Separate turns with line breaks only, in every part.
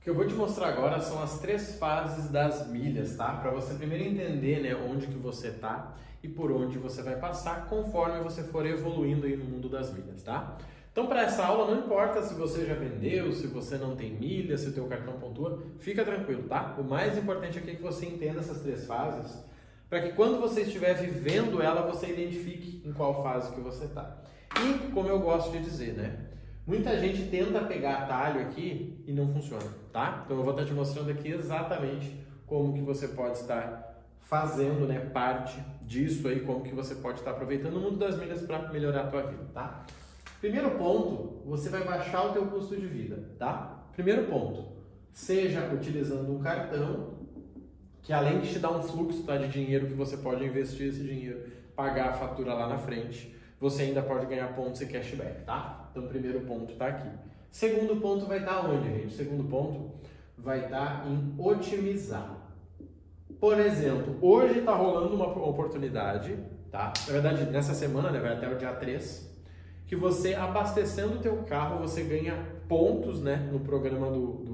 O que eu vou te mostrar agora são as 3 fases das milhas, tá? Para você primeiro entender, né, onde que você tá e por onde você vai passar conforme você for evoluindo aí no mundo das milhas, tá? Então, para essa aula, não importa se você já vendeu, se você não tem milhas, se o teu cartão pontua, fica tranquilo, tá? O mais importante aqui é que você entenda essas 3 fases, para que quando você estiver vivendo ela, você identifique em qual fase que você tá. E, como eu gosto de dizer, né? Muita gente tenta pegar atalho aqui e não funciona, tá? Então eu vou estar te mostrando aqui exatamente como que você pode estar fazendo, né, parte disso aí, como que você pode estar aproveitando o mundo das milhas para melhorar a tua vida, tá? Primeiro ponto, você vai baixar o teu custo de vida, tá? Primeiro ponto, seja utilizando um cartão, que além de te dar um fluxo, tá, de dinheiro que você pode investir esse dinheiro, pagar a fatura lá na frente, você ainda pode ganhar pontos e cashback, tá? Então, o primeiro ponto está aqui. Segundo ponto vai estar onde, gente? O segundo ponto vai estar em otimizar. Por exemplo, hoje está rolando uma oportunidade, tá? Na verdade, nessa semana, né, vai até o dia 3, que você, abastecendo o teu carro, você ganha pontos, né, no programa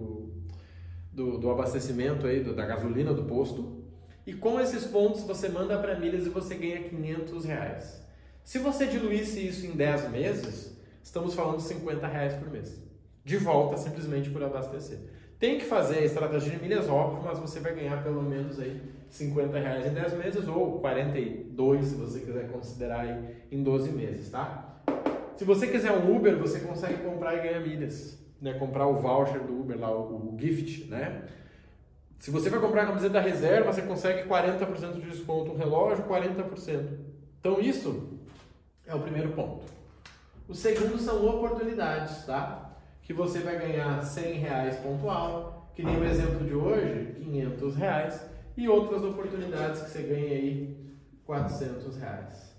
do abastecimento aí, da gasolina, do posto. E com esses pontos, você manda para milhas e você ganha R$500. Se você diluísse isso em 10 meses, estamos falando de R$50 por mês. De volta, simplesmente por abastecer. Tem que fazer a estratégia de milhas, óbvio, mas você vai ganhar pelo menos aí R$50 em 10 meses ou 42, se você quiser considerar aí em 12 meses, tá? Se você quiser um Uber, você consegue comprar e ganhar milhas, né? Comprar o voucher do Uber lá, o gift, né? Se você vai comprar a camiseta da reserva, você consegue 40% de desconto, um relógio, 40%. Então isso é o primeiro ponto. O segundo são oportunidades, tá? Que você vai ganhar R$100 pontual, que nem o exemplo de hoje, R$500, e outras oportunidades que você ganha aí R$400.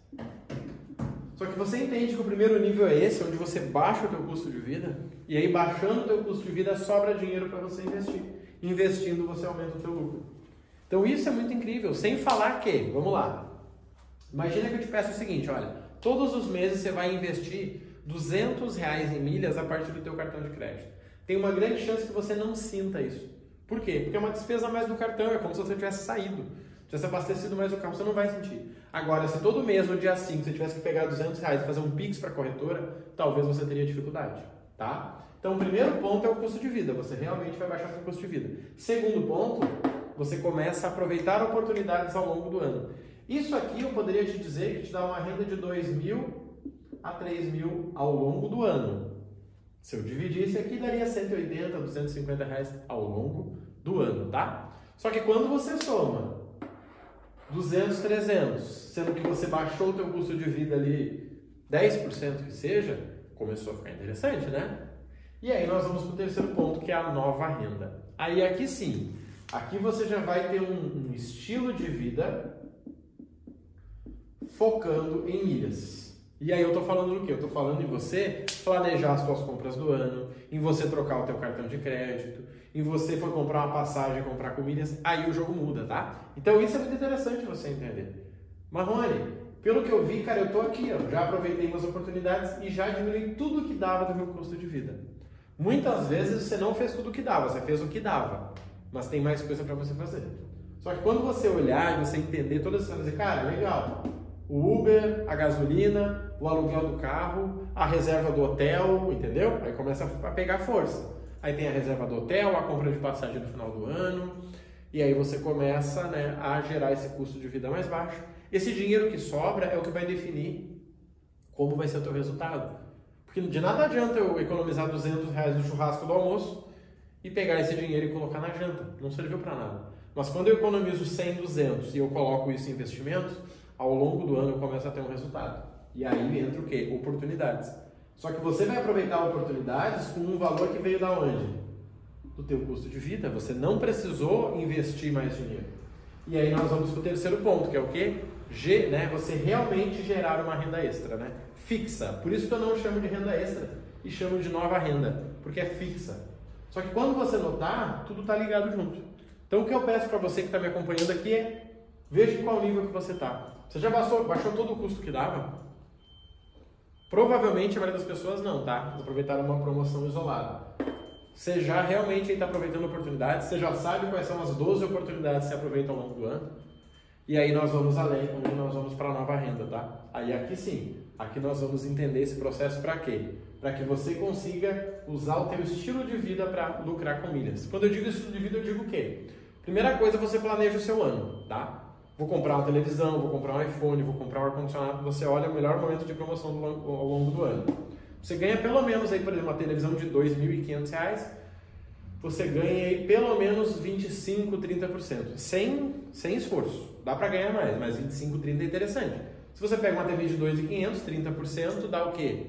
Só que você entende que o primeiro nível é esse, onde você baixa o teu custo de vida, e aí baixando o teu custo de vida sobra dinheiro para você investir. Investindo você aumenta o teu lucro. Então isso é muito incrível, sem falar que, vamos lá, imagina que eu te peço o seguinte, olha, todos os meses você vai investir R$200 em milhas a partir do teu cartão de crédito. Tem uma grande chance que você não sinta isso. Por quê? Porque é uma despesa a mais do cartão, é como se você tivesse saído, tivesse abastecido mais o carro, você não vai sentir. Agora, se todo mês, no dia 5, você tivesse que pegar R$200 e fazer um Pix para a corretora, talvez você teria dificuldade, tá? Então, o primeiro ponto é o custo de vida, você realmente vai baixar o seu custo de vida. Segundo ponto, você começa a aproveitar oportunidades ao longo do ano. Isso aqui eu poderia te dizer que te dá uma renda de R$2.000 a R$3.000 ao longo do ano. Se eu dividisse aqui, daria R$180, R$250 ao longo do ano, tá? Só que quando você soma 200, 300, sendo que você baixou o teu custo de vida ali 10% que seja, começou a ficar interessante, né? E aí nós vamos para o terceiro ponto, que é a nova renda. Aí aqui sim, aqui você já vai ter um estilo de vida focando em milhas. E aí eu tô falando do quê? Eu tô falando em você planejar as suas compras do ano, em você trocar o teu cartão de crédito, em você for comprar uma passagem, comprar com milhas, aí o jogo muda, tá? Então isso é muito interessante você entender. Marrone, pelo que eu vi, cara, eu tô aqui, ó, já aproveitei umas oportunidades e já diminui tudo que dava do meu custo de vida. Muitas vezes você não fez tudo o que dava, você fez o que dava, mas tem mais coisa para você fazer. Só que quando você olhar e você entender todas essas coisas, cara, legal, o Uber, a gasolina, o aluguel do carro, a reserva do hotel, entendeu? Aí começa a pegar força. Aí tem a reserva do hotel, a compra de passagem no final do ano, e aí você começa, né, a gerar esse custo de vida mais baixo. Esse dinheiro que sobra é o que vai definir como vai ser o teu resultado. Porque de nada adianta eu economizar R$200 no churrasco do almoço e pegar esse dinheiro e colocar na janta. Não serviu para nada. Mas quando eu economizo 100, 200 e eu coloco isso em investimentos, ao longo do ano eu começo a ter um resultado. E aí entra o quê? Oportunidades. Só que você vai aproveitar oportunidades com um valor que veio da onde? Do teu custo de vida. Você não precisou investir mais dinheiro. E aí nós vamos para o terceiro ponto, que é o quê? Né? Você realmente gerar uma renda extra, né? Fixa. Por isso que eu não chamo de renda extra e chamo de nova renda, porque é fixa. Só que quando você notar, tudo está ligado junto. Então o que eu peço para você que está me acompanhando aqui é veja em qual nível que você está. Você já baixou todo o custo que dava? Provavelmente a maioria das pessoas não, tá? Eles aproveitaram uma promoção isolada. Você já realmente está aproveitando oportunidades, você já sabe quais são as 12 oportunidades que você aproveita ao longo do ano. E aí nós vamos além, onde nós vamos para a nova renda, tá? Aí aqui sim, aqui nós vamos entender esse processo para quê? Para que você consiga usar o teu estilo de vida para lucrar com milhas. Quando eu digo estilo de vida, eu digo o quê? Primeira coisa, você planeja o seu ano, tá? Vou comprar uma televisão, vou comprar um iPhone, vou comprar um ar-condicionado. Você olha o melhor momento de promoção ao longo do ano. Você ganha pelo menos, aí, por exemplo, uma televisão de R$ 2.500, você ganha aí pelo menos 25%, 30%, sem esforço. Dá para ganhar mais, mas 25%, 30% é interessante. Se você pega uma TV de 2.500, 30%, dá o quê?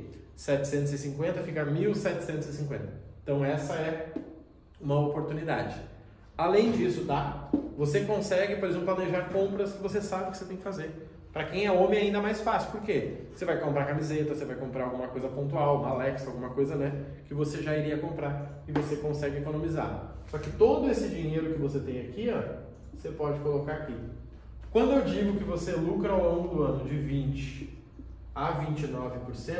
750, fica 1.750. Então essa é uma oportunidade. Além disso, tá? Você consegue, por exemplo, planejar compras que você sabe que você tem que fazer. Para quem é homem é ainda mais fácil. Por quê? Você vai comprar camiseta, você vai comprar alguma coisa pontual, uma Alexa, alguma coisa, né? Que você já iria comprar e você consegue economizar. Só que todo esse dinheiro que você tem aqui, ó, você pode colocar aqui. Quando eu digo que você lucra ao longo do ano de 20% a 29%,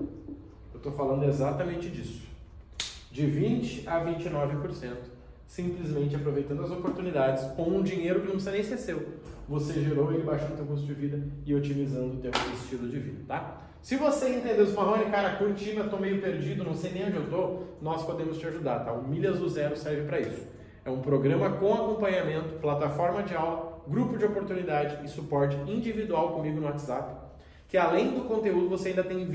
eu estou falando exatamente disso. De 20% a 29%. Simplesmente aproveitando as oportunidades com um dinheiro que não precisa nem ser seu. Você gerou ele baixando o teu custo de vida e otimizando o teu estilo de vida, tá? Se você entendeu isso, Marrone, cara, curti, mas tô meio perdido, não sei nem onde eu tô, nós podemos te ajudar, tá? O Milhas do Zero serve para isso. É um programa com acompanhamento, plataforma de aula, grupo de oportunidade e suporte individual comigo no WhatsApp, que além do conteúdo você ainda tem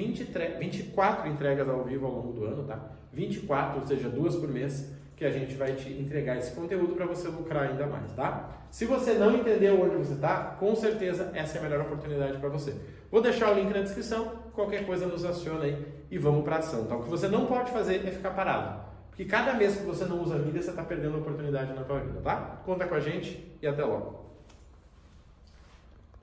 24 entregas ao vivo ao longo do ano, tá? 24, ou seja, 2 por mês, que a gente vai te entregar esse conteúdo para você lucrar ainda mais, tá? Se você não entendeu onde você está, com certeza essa é a melhor oportunidade para você. Vou deixar o link na descrição, qualquer coisa nos aciona aí e vamos para ação, tá? O que você não pode fazer é ficar parado, porque cada mês que você não usa milha, você está perdendo a oportunidade na tua vida, tá? Conta com a gente e até logo.